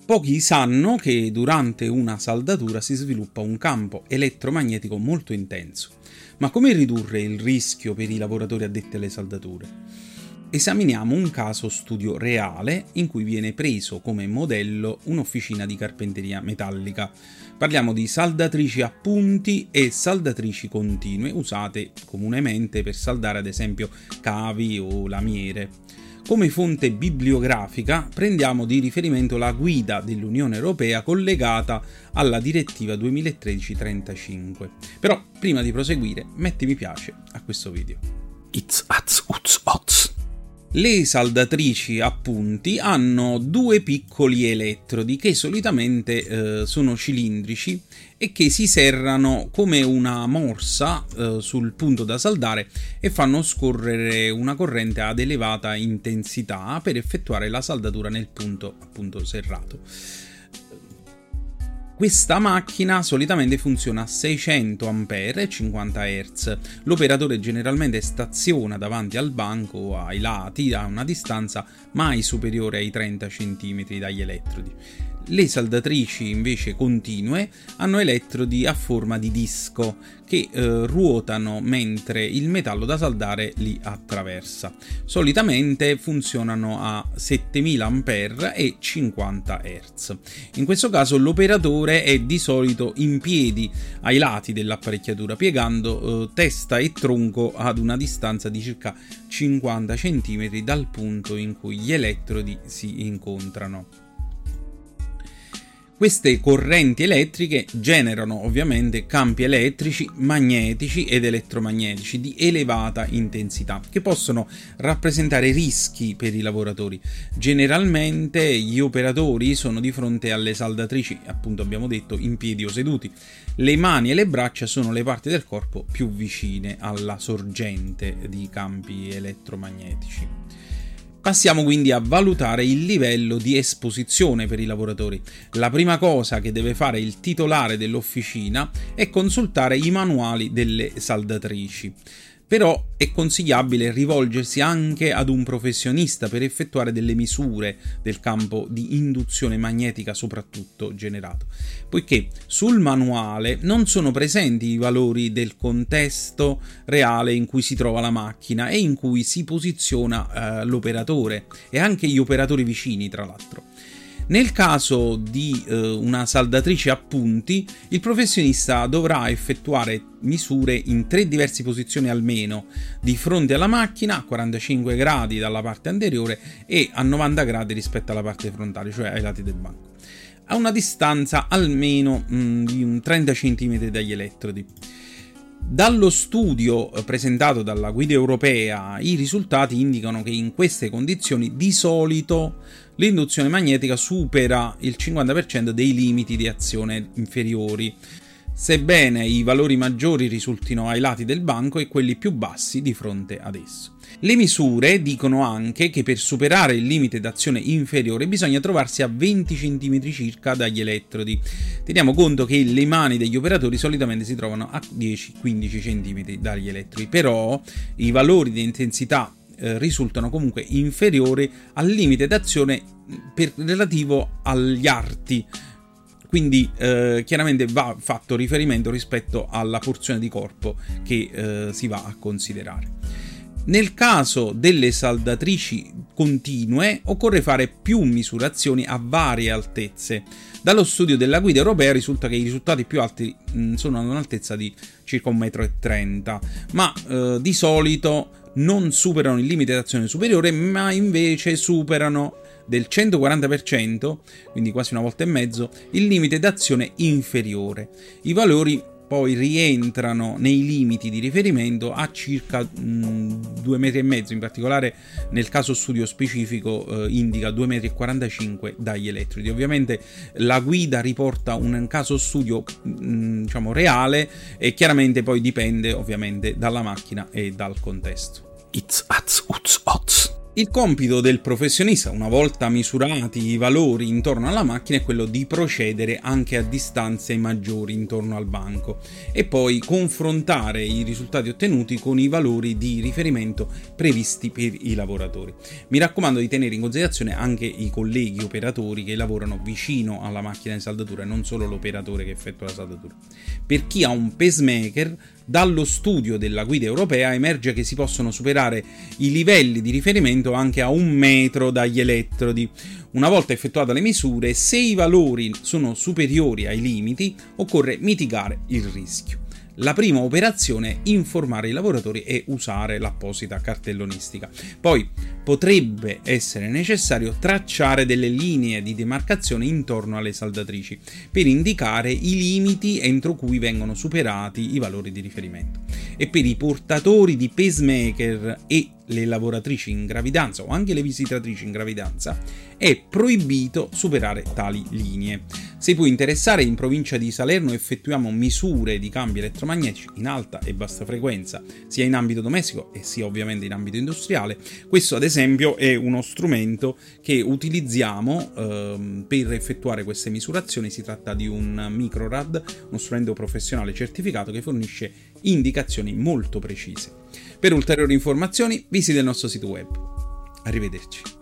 Pochi sanno che durante una saldatura si sviluppa un campo elettromagnetico molto intenso. Ma come ridurre il rischio per i lavoratori addetti alle saldature? Esaminiamo un caso studio reale in cui viene preso come modello un'officina di carpenteria metallica. Parliamo di saldatrici a punti e saldatrici continue usate comunemente per saldare ad esempio cavi o lamiere. Come fonte bibliografica prendiamo di riferimento la guida dell'Unione Europea collegata alla direttiva 2013/35. Però prima di proseguire metti mi piace a questo video. Le saldatrici a punti hanno due piccoli elettrodi che solitamente sono cilindrici e che si serrano come una morsa sul punto da saldare e fanno scorrere una corrente ad elevata intensità per effettuare la saldatura nel punto appunto serrato. Questa macchina solitamente funziona a 600 A e 50 Hz. L'operatore generalmente staziona davanti al banco o ai lati a una distanza mai superiore ai 30 cm dagli elettrodi. Le saldatrici invece continue hanno elettrodi a forma di disco che ruotano mentre il metallo da saldare li attraversa. Solitamente funzionano a 7000 A e 50 Hz. In questo caso l'operatore è di solito in piedi ai lati dell'apparecchiatura, piegando testa e tronco ad una distanza di circa 50 cm dal punto in cui gli elettrodi si incontrano. Queste correnti elettriche generano ovviamente campi elettrici, magnetici ed elettromagnetici di elevata intensità che possono rappresentare rischi per i lavoratori. Generalmente gli operatori sono di fronte alle saldatrici, appunto abbiamo detto, in piedi o seduti. Le mani e le braccia sono le parti del corpo più vicine alla sorgente di campi elettromagnetici. Passiamo quindi a valutare il livello di esposizione per i lavoratori. La prima cosa che deve fare il titolare dell'officina è consultare i manuali delle saldatrici. Però è consigliabile rivolgersi anche ad un professionista per effettuare delle misure del campo di induzione magnetica soprattutto generato, poiché sul manuale non sono presenti i valori del contesto reale in cui si trova la macchina e in cui si posiziona l'operatore e anche gli operatori vicini, tra l'altro. Nel caso di una saldatrice a punti, il professionista dovrà effettuare misure in 3 diverse posizioni almeno, di fronte alla macchina a 45 gradi dalla parte anteriore e a 90 gradi rispetto alla parte frontale, cioè ai lati del banco, a una distanza almeno di un 30 cm dagli elettrodi. Dallo studio presentato dalla guida europea, i risultati indicano che in queste condizioni di solito l'induzione magnetica supera il 50% dei limiti di azione inferiori, sebbene i valori maggiori risultino ai lati del banco e quelli più bassi di fronte ad esso. Le misure dicono anche che per superare il limite d'azione inferiore bisogna trovarsi a 20 cm circa dagli elettrodi. Teniamo conto che le mani degli operatori solitamente si trovano a 10-15 cm dagli elettrodi, però i valori di intensità risultano comunque inferiori al limite d'azione relativo agli arti. Quindi chiaramente va fatto riferimento rispetto alla porzione di corpo che si va a considerare. Nel caso delle saldatrici continue occorre fare più misurazioni a varie altezze. Dallo studio della guida europea risulta che i risultati più alti sono ad un'altezza di circa 1,30 m, ma di solito non superano il limite d'azione superiore, ma invece superano del 140%, quindi quasi una volta e mezzo, il limite d'azione inferiore. I valori poi rientrano nei limiti di riferimento a circa 2,5 metri, in particolare nel caso studio specifico indica 2,45 m dagli elettrodi. Ovviamente la guida riporta un caso studio diciamo reale e chiaramente poi dipende ovviamente dalla macchina e dal contesto. Il compito del professionista, una volta misurati i valori intorno alla macchina, è quello di procedere anche a distanze maggiori intorno al banco e poi confrontare i risultati ottenuti con i valori di riferimento previsti per i lavoratori. Mi raccomando di tenere in considerazione anche i colleghi operatori che lavorano vicino alla macchina di saldatura e non solo l'operatore che effettua la saldatura. Per chi ha un pacemaker, dallo studio della guida europea emerge che si possono superare i livelli di riferimento anche a 1 metro dagli elettrodi. Una volta effettuate le misure, se i valori sono superiori ai limiti, occorre mitigare il rischio. La prima operazione è informare i lavoratori e usare l'apposita cartellonistica. Poi potrebbe essere necessario tracciare delle linee di demarcazione intorno alle saldatrici per indicare i limiti entro cui vengono superati i valori di riferimento. E per i portatori di pacemaker e le lavoratrici in gravidanza o anche le visitatrici in gravidanza è proibito superare tali linee. Se può interessare, in provincia di Salerno effettuiamo misure di cambi elettromagnetici in alta e bassa frequenza, sia in ambito domestico e sia ovviamente in ambito industriale. Questo ad esempio è uno strumento che utilizziamo per effettuare queste misurazioni. Si tratta di un microrad, uno strumento professionale certificato che fornisce indicazioni molto precise. Per ulteriori informazioni visita il nostro sito web. Arrivederci.